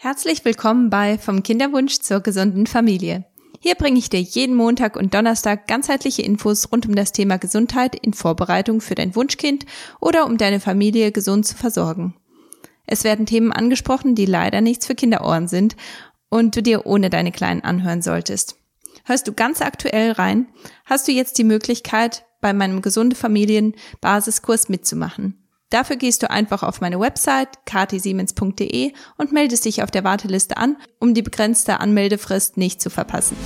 Herzlich willkommen bei Vom Kinderwunsch zur gesunden Familie. Hier bringe ich dir jeden Montag und Donnerstag ganzheitliche Infos rund um das Thema Gesundheit in Vorbereitung für dein Wunschkind oder um deine Familie gesund zu versorgen. Es werden Themen angesprochen, die leider nichts für Kinderohren sind und du dir ohne deine Kleinen anhören solltest. Hörst du ganz aktuell rein, hast du jetzt die Möglichkeit, bei meinem Gesunde Familien Basiskurs mitzumachen. Dafür gehst du einfach auf meine Website katisiemens.de und meldest dich auf der Warteliste an, um die begrenzte Anmeldefrist nicht zu verpassen.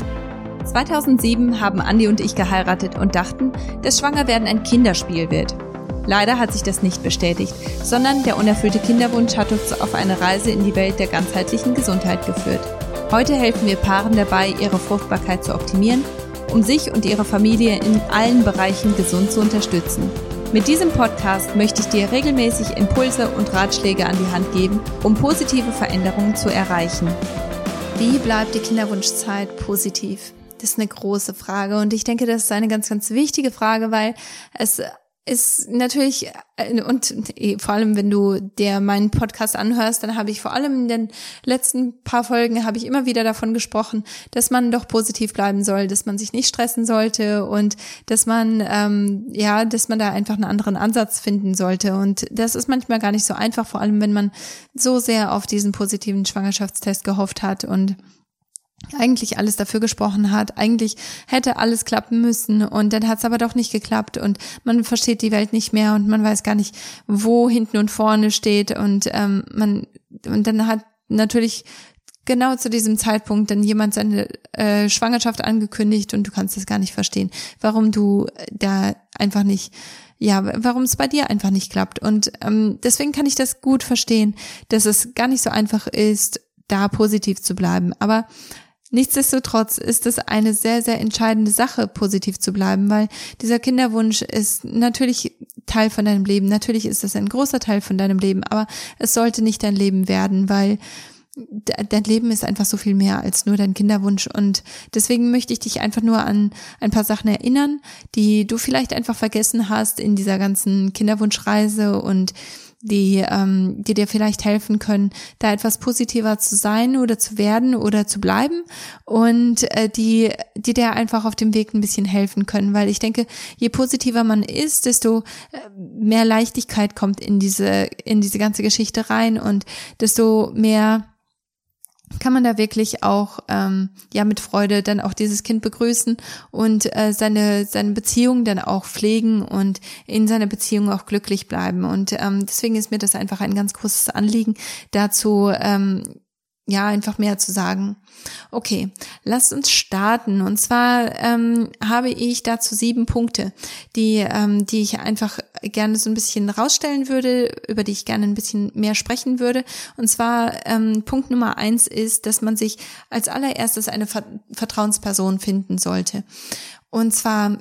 2007 haben Andi und ich geheiratet und dachten, dass Schwangerwerden ein Kinderspiel wird. Leider hat sich das nicht bestätigt, sondern der unerfüllte Kinderwunsch hat uns auf eine Reise in die Welt der ganzheitlichen Gesundheit geführt. Heute helfen wir Paaren dabei, ihre Fruchtbarkeit zu optimieren, um sich und ihre Familie in allen Bereichen gesund zu unterstützen. Mit diesem Podcast möchte ich dir regelmäßig Impulse und Ratschläge an die Hand geben, um positive Veränderungen zu erreichen. Wie bleibt die Kinderwunschzeit positiv? Das ist eine große Frage und ich denke, das ist eine ganz, ganz wichtige Frage, weil es ist natürlich, und vor allem, wenn du dir meinen Podcast anhörst, dann habe ich vor allem in den letzten paar Folgen habe ich immer wieder davon gesprochen, dass man doch positiv bleiben soll, dass man sich nicht stressen sollte und dass man, dass man da einfach einen anderen Ansatz finden sollte. Und das ist manchmal gar nicht so einfach, vor allem, wenn man so sehr auf diesen positiven Schwangerschaftstest gehofft hat und eigentlich alles dafür gesprochen hat, eigentlich hätte alles klappen müssen und dann hat es aber doch nicht geklappt und man versteht die Welt nicht mehr und man weiß gar nicht, wo hinten und vorne steht und dann hat natürlich genau zu diesem Zeitpunkt dann jemand seine Schwangerschaft angekündigt und du kannst es gar nicht verstehen, warum du da einfach nicht warum es bei dir einfach nicht klappt und deswegen kann ich das gut verstehen, dass es gar nicht so einfach ist, da positiv zu bleiben, aber nichtsdestotrotz ist es eine sehr, sehr entscheidende Sache, positiv zu bleiben, weil dieser Kinderwunsch ist natürlich Teil von deinem Leben. Natürlich ist es ein großer Teil von deinem Leben, aber es sollte nicht dein Leben werden, weil dein Leben ist einfach so viel mehr als nur dein Kinderwunsch und deswegen möchte ich dich einfach nur an ein paar Sachen erinnern, die du vielleicht einfach vergessen hast in dieser ganzen Kinderwunschreise und die dir vielleicht helfen können, da etwas positiver zu sein oder zu werden oder zu bleiben und die dir einfach auf dem Weg ein bisschen helfen können, weil ich denke, je positiver man ist, desto mehr Leichtigkeit kommt in diese ganze Geschichte rein und desto mehr kann man da wirklich auch mit Freude dann auch dieses Kind begrüßen und seine Beziehung dann auch pflegen und in seiner Beziehung auch glücklich bleiben. Und deswegen ist mir das einfach ein ganz großes Anliegen, dazu einfach mehr zu sagen. Okay, lasst uns starten. Und zwar habe ich dazu 7 Punkte, die ich einfach gerne so ein bisschen rausstellen würde, über die ich gerne ein bisschen mehr sprechen würde. Und zwar Punkt Nummer 1 ist, dass man sich als allererstes eine Vertrauensperson finden sollte. Und zwar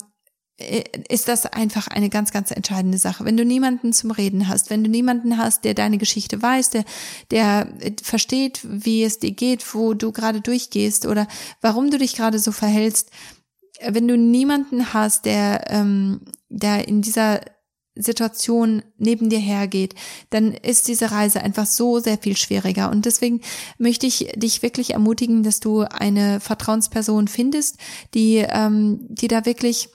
ist das einfach eine ganz, ganz entscheidende Sache. Wenn du niemanden zum Reden hast, wenn du niemanden hast, der deine Geschichte weiß, der versteht, wie es dir geht, wo du gerade durchgehst oder warum du dich gerade so verhältst, wenn du niemanden hast, der in dieser Situation neben dir hergeht, dann ist diese Reise einfach so sehr viel schwieriger. Und deswegen möchte ich dich wirklich ermutigen, dass du eine Vertrauensperson findest, die da wirklich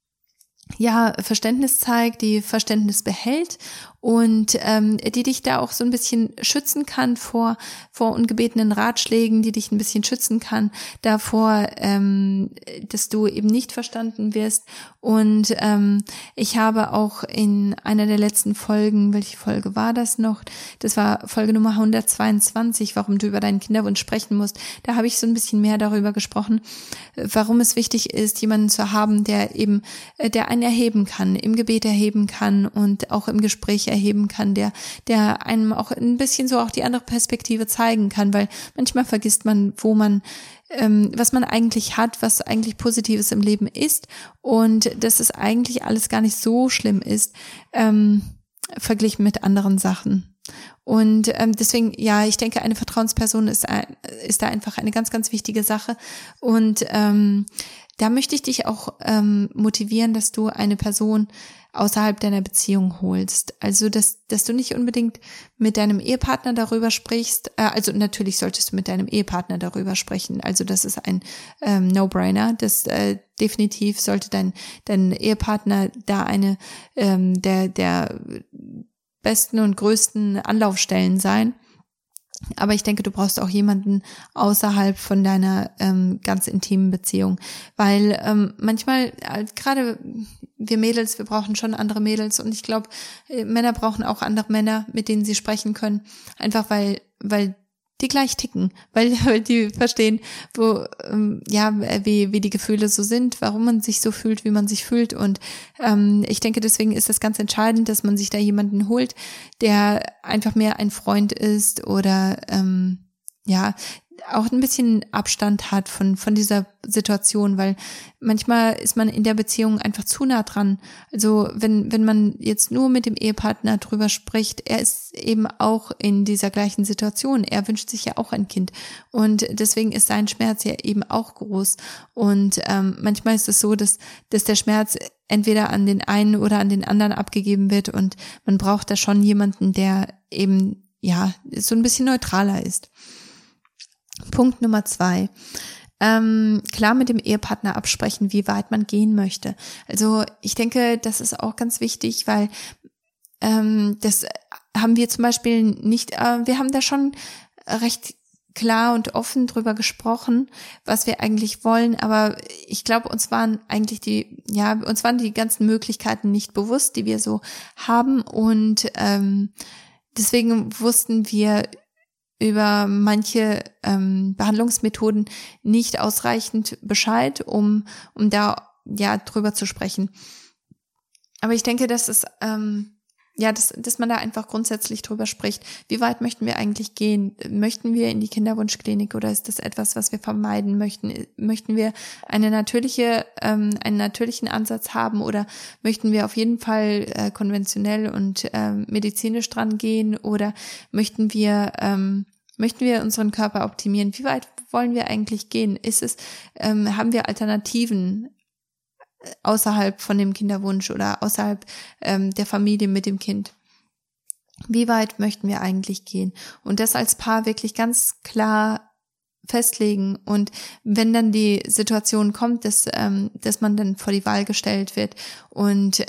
Verständnis zeigt, die Verständnis behält und die dich da auch so ein bisschen schützen kann vor ungebetenen Ratschlägen, die dich ein bisschen schützen kann davor, dass du eben nicht verstanden wirst. Und ich habe auch in einer der letzten Folgen, welche Folge war das noch? Das war Folge Nummer 122, warum du über deinen Kinderwunsch sprechen musst. Da habe ich so ein bisschen mehr darüber gesprochen, warum es wichtig ist, jemanden zu haben, der einen erheben kann, im Gebet erheben kann und auch im Gespräch erheben kann, der einem auch ein bisschen so auch die andere Perspektive zeigen kann, weil manchmal vergisst man, was man eigentlich hat, was eigentlich Positives im Leben ist und dass es eigentlich alles gar nicht so schlimm ist, verglichen mit anderen Sachen. Und deswegen, ich denke, eine Vertrauensperson ist da einfach eine ganz, ganz wichtige Sache und da möchte ich dich auch motivieren, dass du eine Person außerhalb deiner Beziehung holst. Also, dass du nicht unbedingt mit deinem Ehepartner darüber sprichst. Also natürlich solltest du mit deinem Ehepartner darüber sprechen. Also das ist ein No-Brainer. Das definitiv sollte dein Ehepartner da eine der besten und größten Anlaufstellen sein. Aber ich denke, du brauchst auch jemanden außerhalb von deiner ganz intimen Beziehung, weil manchmal, gerade wir Mädels, wir brauchen schon andere Mädels und ich glaube, Männer brauchen auch andere Männer, mit denen sie sprechen können, einfach weil die gleich ticken, weil die verstehen, wie die Gefühle so sind, warum man sich so fühlt, wie man sich fühlt und ich denke, deswegen ist es ganz entscheidend, dass man sich da jemanden holt, der einfach mehr ein Freund ist oder auch ein bisschen Abstand hat von dieser Situation, weil manchmal ist man in der Beziehung einfach zu nah dran. Also wenn man jetzt nur mit dem Ehepartner drüber spricht, er ist eben auch in dieser gleichen Situation. Er wünscht sich ja auch ein Kind und deswegen ist sein Schmerz ja eben auch groß. Und manchmal ist es so, dass der Schmerz entweder an den einen oder an den anderen abgegeben wird und man braucht da schon jemanden, der eben so ein bisschen neutraler ist. Punkt Nummer 2. Klar mit dem Ehepartner absprechen, wie weit man gehen möchte. Also ich denke, das ist auch ganz wichtig, weil das haben wir zum Beispiel nicht, wir haben da schon recht klar und offen drüber gesprochen, was wir eigentlich wollen, aber ich glaube, uns waren die ganzen Möglichkeiten nicht bewusst, die wir so haben und deswegen wussten wir über manche Behandlungsmethoden nicht ausreichend Bescheid, um da drüber zu sprechen. Aber ich denke, dass es dass man da einfach grundsätzlich drüber spricht. Wie weit möchten wir eigentlich gehen? Möchten wir in die Kinderwunschklinik oder ist das etwas, was wir vermeiden möchten? Möchten wir einen natürlichen Ansatz haben oder möchten wir auf jeden Fall konventionell und medizinisch dran gehen oder möchten wir unseren Körper optimieren? Wie weit wollen wir eigentlich gehen? Haben wir Alternativen außerhalb von dem Kinderwunsch oder außerhalb der Familie mit dem Kind? Wie weit möchten wir eigentlich gehen? Und das als Paar wirklich ganz klar festlegen. Und wenn dann die Situation kommt, dass man dann vor die Wahl gestellt wird und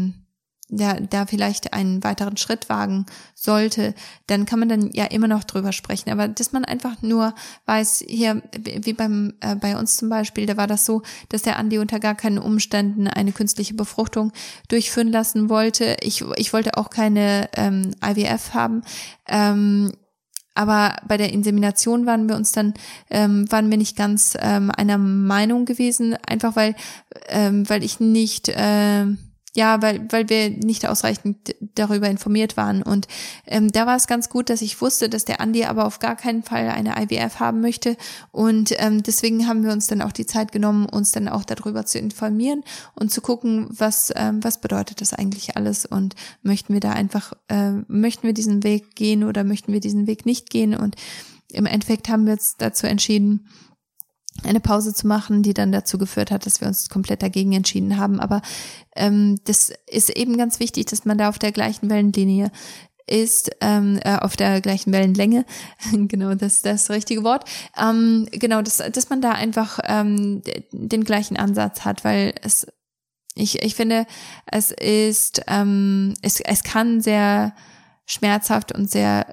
da vielleicht einen weiteren Schritt wagen sollte, dann kann man dann ja immer noch drüber sprechen. Aber dass man einfach nur weiß, hier, wie bei uns zum Beispiel, da war das so, dass der Andi unter gar keinen Umständen eine künstliche Befruchtung durchführen lassen wollte. Ich wollte auch keine IVF haben. Aber bei der Insemination waren wir nicht ganz einer Meinung gewesen, einfach weil ich nicht weil wir nicht ausreichend darüber informiert waren. Und da war es ganz gut, dass ich wusste, dass der Andi aber auf gar keinen Fall eine IVF haben möchte. Und deswegen haben wir uns dann auch die Zeit genommen, uns dann auch darüber zu informieren und zu gucken, was bedeutet das eigentlich alles und möchten wir diesen Weg gehen oder möchten wir diesen Weg nicht gehen. Und im Endeffekt haben wir uns dazu entschieden, eine Pause zu machen, die dann dazu geführt hat, dass wir uns komplett dagegen entschieden haben. Aber das ist eben ganz wichtig, dass man da auf der gleichen Wellenlinie ist, auf der gleichen Wellenlänge. Genau, das ist das richtige Wort. Dass man da einfach den gleichen Ansatz hat, weil ich finde, es ist, es kann sehr schmerzhaft und sehr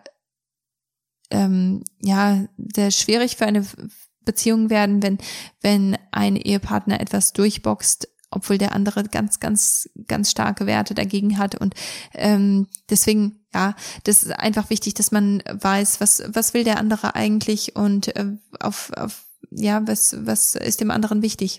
sehr schwierig für eine Beziehung werden, wenn ein Ehepartner etwas durchboxt, obwohl der andere ganz, ganz, ganz starke Werte dagegen hat. Und deswegen, das ist einfach wichtig, dass man weiß, was will der andere eigentlich und was ist dem anderen wichtig.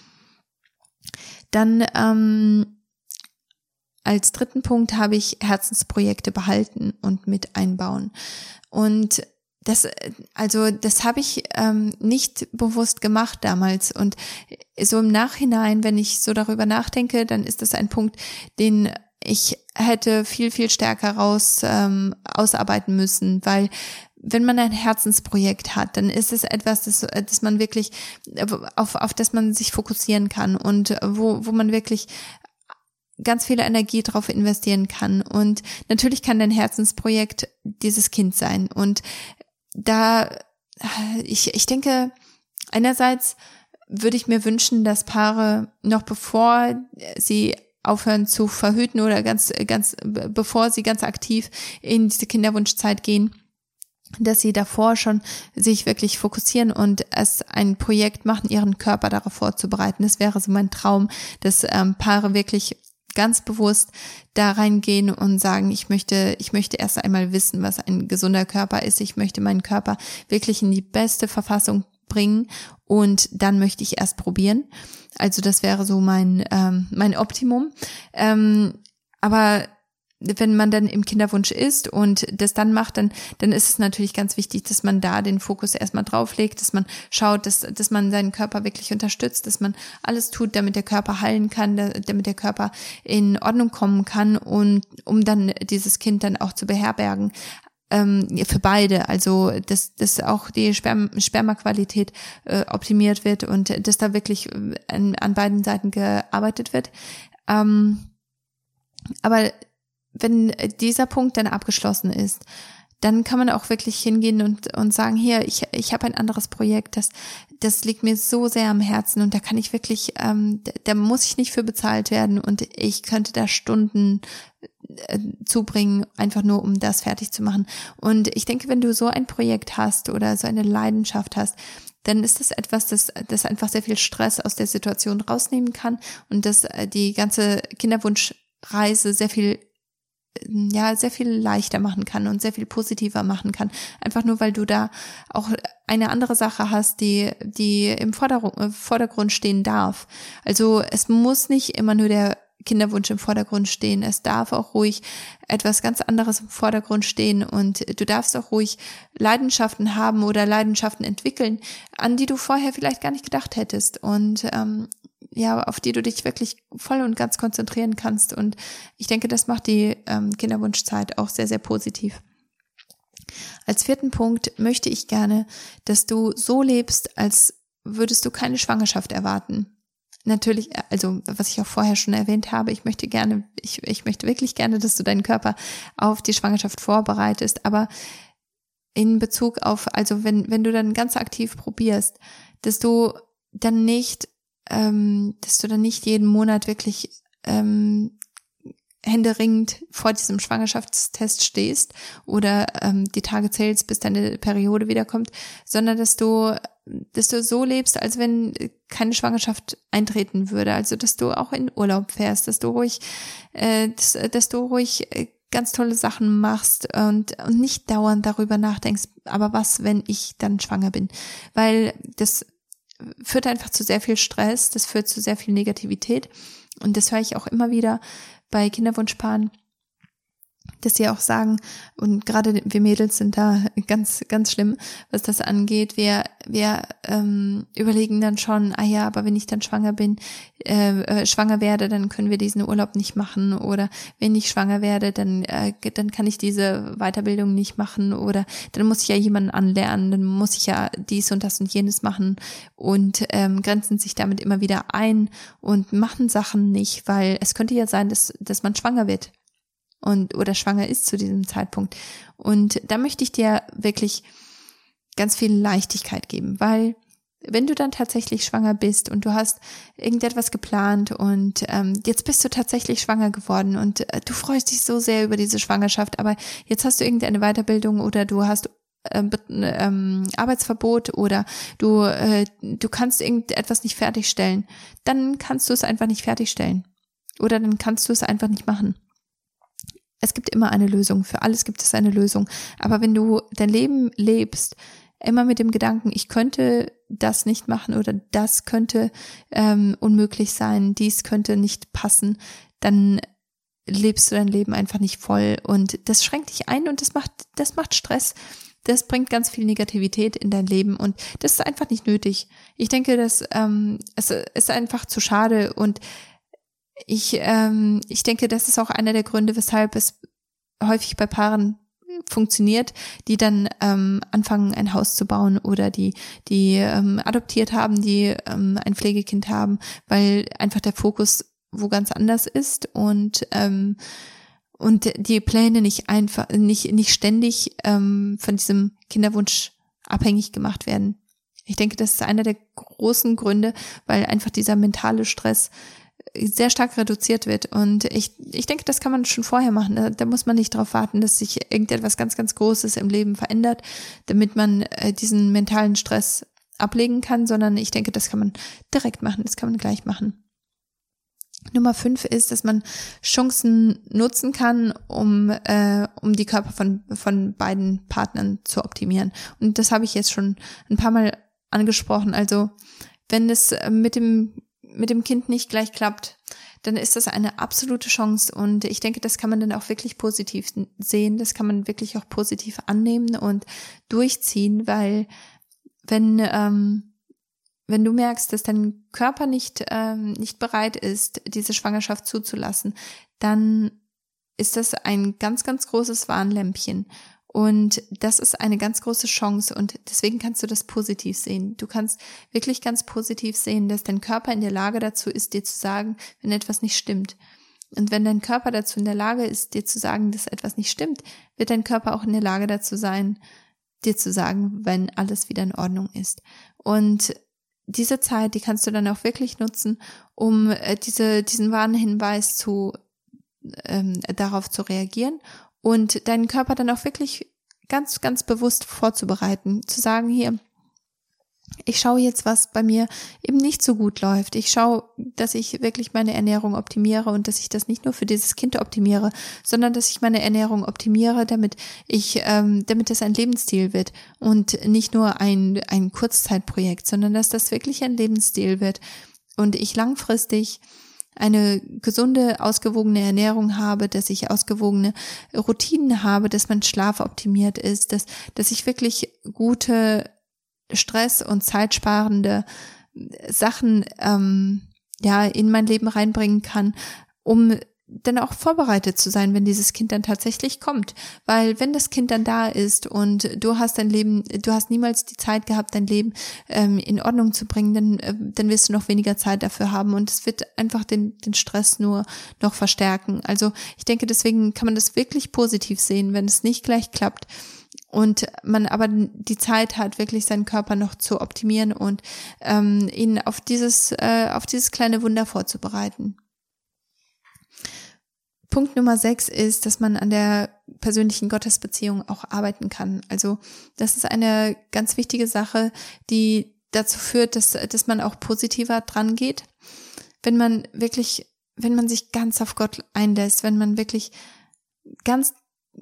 Dann als dritten Punkt habe ich Herzensprojekte behalten und mit einbauen. Und das habe ich nicht bewusst gemacht damals und so im Nachhinein, wenn ich so darüber nachdenke, dann ist das ein Punkt, den ich hätte viel, viel stärker ausarbeiten müssen, weil wenn man ein Herzensprojekt hat, dann ist es etwas, das man wirklich, auf das man sich fokussieren kann und wo man wirklich ganz viel Energie drauf investieren kann. Und natürlich kann dein Herzensprojekt dieses Kind sein. Und da, ich denke, einerseits würde ich mir wünschen, dass Paare noch bevor sie aufhören zu verhüten oder bevor sie ganz aktiv in diese Kinderwunschzeit gehen, dass sie davor schon sich wirklich fokussieren und es ein Projekt machen, ihren Körper darauf vorzubereiten. Das wäre so mein Traum, dass Paare wirklich ganz bewusst da reingehen und sagen, ich möchte erst einmal wissen, was ein gesunder Körper ist. Ich möchte meinen Körper wirklich in die beste Verfassung bringen und dann möchte ich erst probieren. Also das wäre so mein Optimum. Aber wenn man dann im Kinderwunsch ist und das dann macht, dann ist es natürlich ganz wichtig, dass man da den Fokus erstmal drauflegt, dass man schaut, dass man seinen Körper wirklich unterstützt, dass man alles tut, damit der Körper heilen kann, damit der Körper in Ordnung kommen kann und um dann dieses Kind dann auch zu beherbergen. Für beide, also dass auch die Spermaqualität optimiert wird und dass da wirklich an beiden Seiten gearbeitet wird. Aber wenn dieser Punkt dann abgeschlossen ist, dann kann man auch wirklich hingehen und sagen, hier, ich habe ein anderes Projekt, das liegt mir so sehr am Herzen und da kann ich wirklich, da muss ich nicht für bezahlt werden und ich könnte da Stunden zubringen, einfach nur um das fertig zu machen. Und ich denke, wenn du so ein Projekt hast oder so eine Leidenschaft hast, dann ist das etwas, das einfach sehr viel Stress aus der Situation rausnehmen kann und das die ganze Kinderwunschreise sehr viel leichter machen kann und sehr viel positiver machen kann. Einfach nur, weil du da auch eine andere Sache hast, die im Vordergrund stehen darf. Also es muss nicht immer nur der Kinderwunsch im Vordergrund stehen. Es darf auch ruhig etwas ganz anderes im Vordergrund stehen und du darfst auch ruhig Leidenschaften haben oder Leidenschaften entwickeln, an die du vorher vielleicht gar nicht gedacht hättest und auf die du dich wirklich voll und ganz konzentrieren kannst. Und ich denke, das macht die Kinderwunschzeit auch sehr, sehr positiv. Als 4. Punkt möchte ich gerne, dass du so lebst, als würdest du keine Schwangerschaft erwarten. Natürlich, also was ich auch vorher schon erwähnt habe, ich möchte wirklich gerne, dass du deinen Körper auf die Schwangerschaft vorbereitest, aber in Bezug auf, also wenn du dann ganz aktiv probierst, dass du dann nicht jeden Monat wirklich händeringend vor diesem Schwangerschaftstest stehst oder die Tage zählst, bis deine Periode wiederkommt, sondern dass du so lebst, als wenn keine Schwangerschaft eintreten würde. Also dass du auch in Urlaub fährst, dass du ruhig ganz tolle Sachen machst und nicht dauernd darüber nachdenkst, aber was, wenn ich dann schwanger bin? Weil das führt einfach zu sehr viel Stress, das führt zu sehr viel Negativität und das höre ich auch immer wieder bei Kinderwunschpaaren, dass sie auch sagen, und gerade wir Mädels sind da ganz, ganz schlimm, was das angeht. Wir überlegen dann schon, aber wenn ich dann schwanger werde, dann können wir diesen Urlaub nicht machen oder wenn ich schwanger werde, dann kann ich diese Weiterbildung nicht machen oder dann muss ich ja jemanden anlernen, dann muss ich ja dies und das und jenes machen und grenzen sich damit immer wieder ein und machen Sachen nicht, weil es könnte ja sein, dass man schwanger wird. Oder schwanger ist zu diesem Zeitpunkt. Und da möchte ich dir wirklich ganz viel Leichtigkeit geben, weil wenn du dann tatsächlich schwanger bist und du hast irgendetwas geplant und jetzt bist du tatsächlich schwanger geworden und du freust dich so sehr über diese Schwangerschaft, aber jetzt hast du irgendeine Weiterbildung oder du hast Arbeitsverbot oder du kannst irgendetwas nicht fertigstellen, dann kannst du es einfach nicht fertigstellen oder dann kannst du es einfach nicht machen. Es gibt immer eine Lösung, für alles gibt es eine Lösung. Aber wenn du dein Leben lebst, immer mit dem Gedanken, ich könnte das nicht machen oder das könnte unmöglich sein, dies könnte nicht passen, dann lebst du dein Leben einfach nicht voll und das schränkt dich ein und das macht Stress. Das bringt ganz viel Negativität in dein Leben und das ist einfach nicht nötig. Ich denke, es ist einfach zu schade und ich denke, das ist auch einer der Gründe, weshalb es häufig bei Paaren funktioniert, die dann anfangen, ein Haus zu bauen oder die adoptiert haben, die ein Pflegekind haben, weil einfach der Fokus wo ganz anders ist und die Pläne nicht ständig von diesem Kinderwunsch abhängig gemacht werden. Ich denke, das ist einer der großen Gründe, weil einfach dieser mentale Stress sehr stark reduziert wird. Und ich denke, das kann man schon vorher machen. Da muss man nicht darauf warten, dass sich irgendetwas ganz, ganz Großes im Leben verändert, damit man diesen mentalen Stress ablegen kann, sondern ich denke, das kann man direkt machen, das kann man gleich machen. Nummer 5 ist, dass man Chancen nutzen kann, um die Körper von beiden Partnern zu optimieren. Und das habe ich jetzt schon ein paar Mal angesprochen. Also wenn es mit dem Kind nicht gleich klappt, dann ist das eine absolute Chance. Und ich denke, das kann man dann auch wirklich positiv sehen. Das kann man wirklich auch positiv annehmen und durchziehen, weil wenn du merkst, dass dein Körper nicht bereit ist, diese Schwangerschaft zuzulassen, dann ist das ein ganz, ganz großes Warnlämpchen. Und das ist eine ganz große Chance und deswegen kannst du das positiv sehen. Du kannst wirklich ganz positiv sehen, dass dein Körper in der Lage dazu ist, dir zu sagen, wenn etwas nicht stimmt. Und wenn dein Körper dazu in der Lage ist, dir zu sagen, dass etwas nicht stimmt, wird dein Körper auch in der Lage dazu sein, dir zu sagen, wenn alles wieder in Ordnung ist. Und diese Zeit, die kannst du dann auch wirklich nutzen, um diesen Warnhinweis darauf zu reagieren und deinen Körper dann auch wirklich ganz, ganz bewusst vorzubereiten, zu sagen, hier, ich schaue jetzt, was bei mir eben nicht so gut läuft. Ich schaue, dass ich wirklich meine Ernährung optimiere und dass ich das nicht nur für dieses Kind optimiere, sondern dass ich meine Ernährung optimiere, damit das ein Lebensstil wird und nicht nur ein Kurzzeitprojekt, sondern dass das wirklich ein Lebensstil wird und ich langfristig eine gesunde, ausgewogene Ernährung habe, dass ich ausgewogene Routinen habe, dass mein Schlaf optimiert ist, dass ich wirklich gute Stress- und zeitsparende Sachen in mein Leben reinbringen kann, um dann auch vorbereitet zu sein, wenn dieses Kind dann tatsächlich kommt. Weil wenn das Kind dann da ist und du hast niemals die Zeit gehabt, dein Leben in Ordnung zu bringen, dann wirst du noch weniger Zeit dafür haben und es wird einfach den Stress nur noch verstärken. Also ich denke, deswegen kann man das wirklich positiv sehen, wenn es nicht gleich klappt. Und man aber die Zeit hat, wirklich seinen Körper noch zu optimieren und ihn auf dieses kleine Wunder vorzubereiten. Punkt Nummer 6 ist, dass man an der persönlichen Gottesbeziehung auch arbeiten kann. Also das ist eine ganz wichtige Sache, die dazu führt, dass man auch positiver dran geht. Wenn man sich ganz auf Gott einlässt, wenn man wirklich ganz,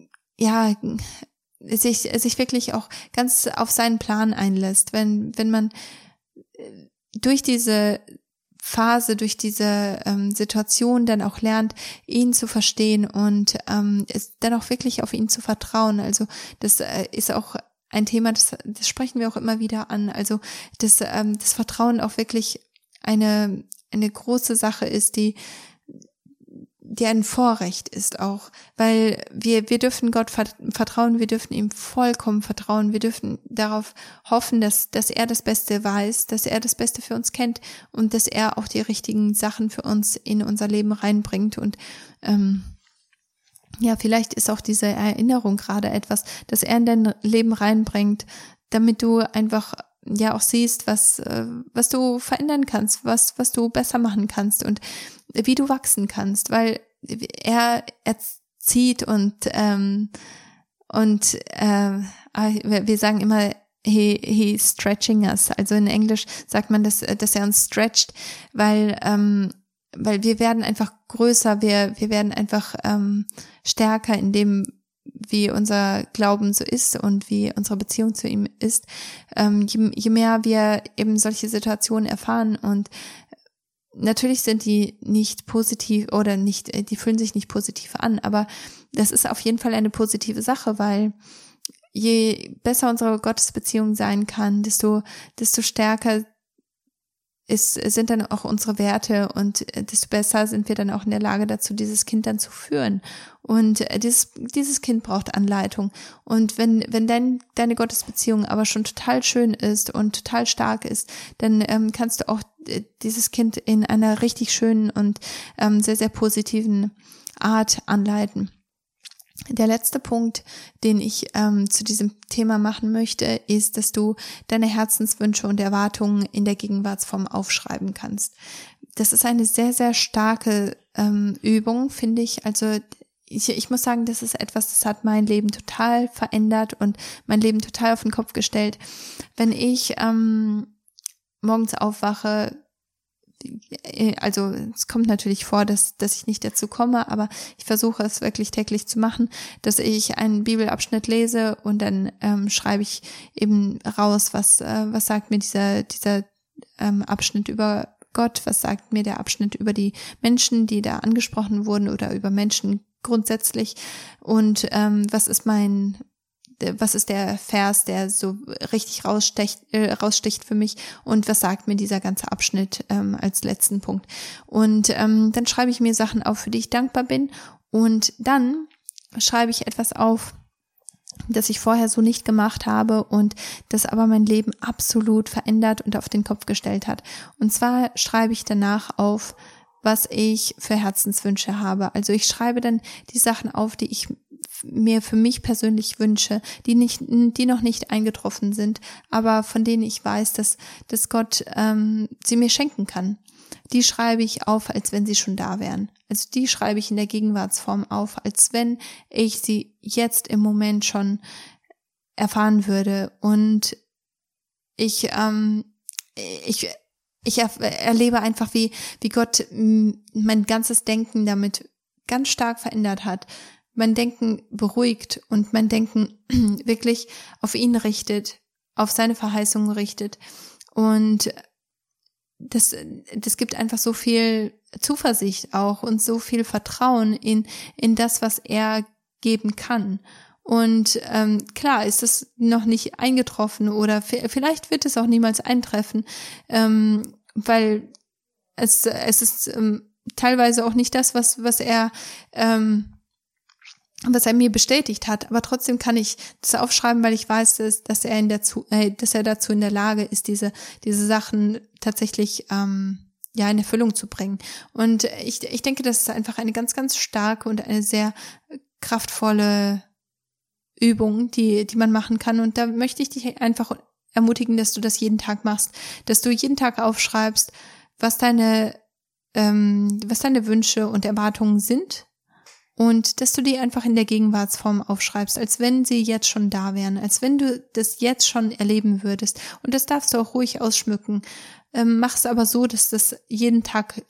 sich wirklich auch ganz auf seinen Plan einlässt, wenn man durch diese Phase, durch diese Situation dann auch lernt, ihn zu verstehen und dann auch wirklich auf ihn zu vertrauen. Also das ist auch ein Thema, das sprechen wir auch immer wieder an. Also das Vertrauen auch wirklich eine große Sache ist, die ein Vorrecht ist auch, weil wir dürfen Gott vertrauen, wir dürfen ihm vollkommen vertrauen, wir dürfen darauf hoffen, dass er das Beste weiß, dass er das Beste für uns kennt und dass er auch die richtigen Sachen für uns in unser Leben reinbringt und vielleicht ist auch diese Erinnerung gerade etwas, dass er in dein Leben reinbringt, damit du einfach auch siehst, was du verändern kannst, was du besser machen kannst und wie du wachsen kannst, weil er erzieht und wir sagen immer, he's stretching us. Also in Englisch sagt man, dass er uns stretcht, weil wir werden einfach größer, wir werden einfach stärker in dem, wie unser Glauben so ist und wie unsere Beziehung zu ihm ist, je mehr wir eben solche Situationen erfahren und natürlich sind die nicht positiv oder nicht, die fühlen sich nicht positiv an, aber das ist auf jeden Fall eine positive Sache, weil je besser unsere Gottesbeziehung sein kann, desto stärker sind dann auch unsere Werte und desto besser sind wir dann auch in der Lage dazu, dieses Kind dann zu führen. Und dieses Kind braucht Anleitung. Und wenn deine Gottesbeziehung aber schon total schön ist und total stark ist, dann kannst du auch dieses Kind in einer richtig schönen und sehr, sehr positiven Art anleiten. Der letzte Punkt, den ich zu diesem Thema machen möchte, ist, dass du deine Herzenswünsche und Erwartungen in der Gegenwartsform aufschreiben kannst. Das ist eine sehr, sehr starke Übung, finde ich. Also ich muss sagen, das ist etwas, das hat mein Leben total verändert und mein Leben total auf den Kopf gestellt. Wenn ich morgens aufwache, also es kommt natürlich vor, dass ich nicht dazu komme, aber ich versuche es wirklich täglich zu machen, dass ich einen Bibelabschnitt lese und dann schreibe ich eben raus, was sagt mir dieser Abschnitt über Gott, was sagt mir der Abschnitt über die Menschen, die da angesprochen wurden oder über Menschen grundsätzlich und was ist der Vers, der so richtig raussticht für mich und was sagt mir dieser ganze Abschnitt als letzten Punkt. Und dann schreibe ich mir Sachen auf, für die ich dankbar bin und dann schreibe ich etwas auf, das ich vorher so nicht gemacht habe und das aber mein Leben absolut verändert und auf den Kopf gestellt hat. Und zwar schreibe ich danach auf, was ich für Herzenswünsche habe. Also ich schreibe dann die Sachen auf, die ich mir für mich persönlich wünsche, die noch nicht eingetroffen sind, aber von denen ich weiß, dass Gott sie mir schenken kann. Die schreibe ich auf, als wenn sie schon da wären. Also die schreibe ich in der Gegenwartsform auf, als wenn ich sie jetzt im Moment schon erfahren würde. Und ich erlebe einfach, wie Gott mein ganzes Denken damit ganz stark verändert hat. Mein Denken beruhigt und mein Denken wirklich auf ihn richtet, auf seine Verheißungen richtet. Und das gibt einfach so viel Zuversicht auch und so viel Vertrauen in das, was er geben kann. Und klar ist es noch nicht eingetroffen oder vielleicht wird es auch niemals eintreffen, weil es ist teilweise auch nicht das, was er mir bestätigt hat, aber trotzdem kann ich das aufschreiben, weil ich weiß, dass er dazu in der Lage ist, diese Sachen tatsächlich in Erfüllung zu bringen. Und ich denke, das ist einfach eine ganz, ganz starke und eine sehr kraftvolle Übung, die man machen kann. Und da möchte ich dich einfach ermutigen, dass du das jeden Tag machst, dass du jeden Tag aufschreibst, was deine Wünsche und Erwartungen sind. Und dass du die einfach in der Gegenwartsform aufschreibst, als wenn sie jetzt schon da wären, als wenn du das jetzt schon erleben würdest. Und das darfst du auch ruhig ausschmücken. Mach es aber so, dass das jeden Tag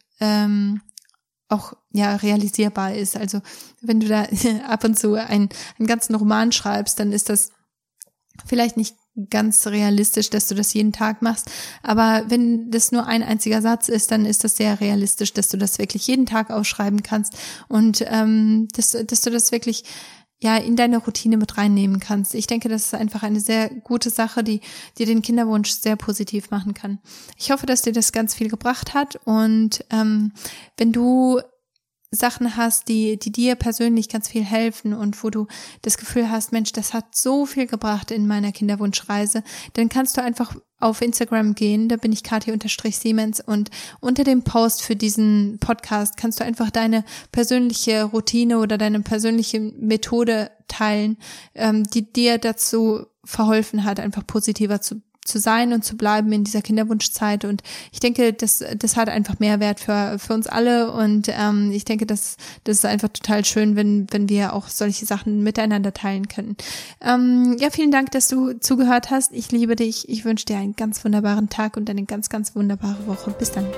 auch realisierbar ist. Also wenn du da ab und zu einen ganzen Roman schreibst, dann ist das vielleicht nicht ganz realistisch, dass du das jeden Tag machst. Aber wenn das nur ein einziger Satz ist, dann ist das sehr realistisch, dass du das wirklich jeden Tag aufschreiben kannst und dass du das wirklich in deine Routine mit reinnehmen kannst. Ich denke, das ist einfach eine sehr gute Sache, die dir den Kinderwunsch sehr positiv machen kann. Ich hoffe, dass dir das ganz viel gebracht hat und wenn du Sachen hast, die dir persönlich ganz viel helfen und wo du das Gefühl hast, Mensch, das hat so viel gebracht in meiner Kinderwunschreise, dann kannst du einfach auf Instagram gehen, da bin ich Kathi_Siemens und unter dem Post für diesen Podcast kannst du einfach deine persönliche Routine oder deine persönliche Methode teilen, die dir dazu verholfen hat, einfach positiver zu sein und zu bleiben in dieser Kinderwunschzeit. Und ich denke, das hat einfach Mehrwert für uns alle. Und ich denke, das ist einfach total schön, wenn wir auch solche Sachen miteinander teilen können. Vielen Dank, dass du zugehört hast. Ich liebe dich. Ich wünsche dir einen ganz wunderbaren Tag und eine ganz, ganz wunderbare Woche. Bis dann.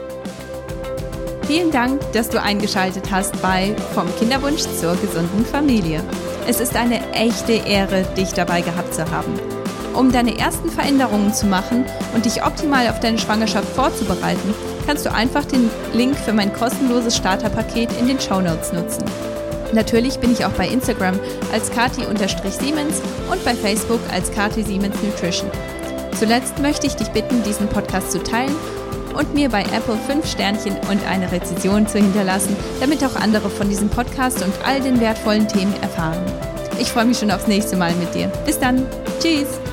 Vielen Dank, dass du eingeschaltet hast bei Vom Kinderwunsch zur gesunden Familie. Es ist eine echte Ehre, dich dabei gehabt zu haben. Um deine ersten Veränderungen zu machen und dich optimal auf deine Schwangerschaft vorzubereiten, kannst du einfach den Link für mein kostenloses Starterpaket in den Shownotes nutzen. Natürlich bin ich auch bei Instagram als Kathi_Siemens und bei Facebook als Kathi Siemens Nutrition. Zuletzt möchte ich dich bitten, diesen Podcast zu teilen und mir bei Apple 5 Sternchen und eine Rezension zu hinterlassen, damit auch andere von diesem Podcast und all den wertvollen Themen erfahren. Ich freue mich schon aufs nächste Mal mit dir. Bis dann. Tschüss.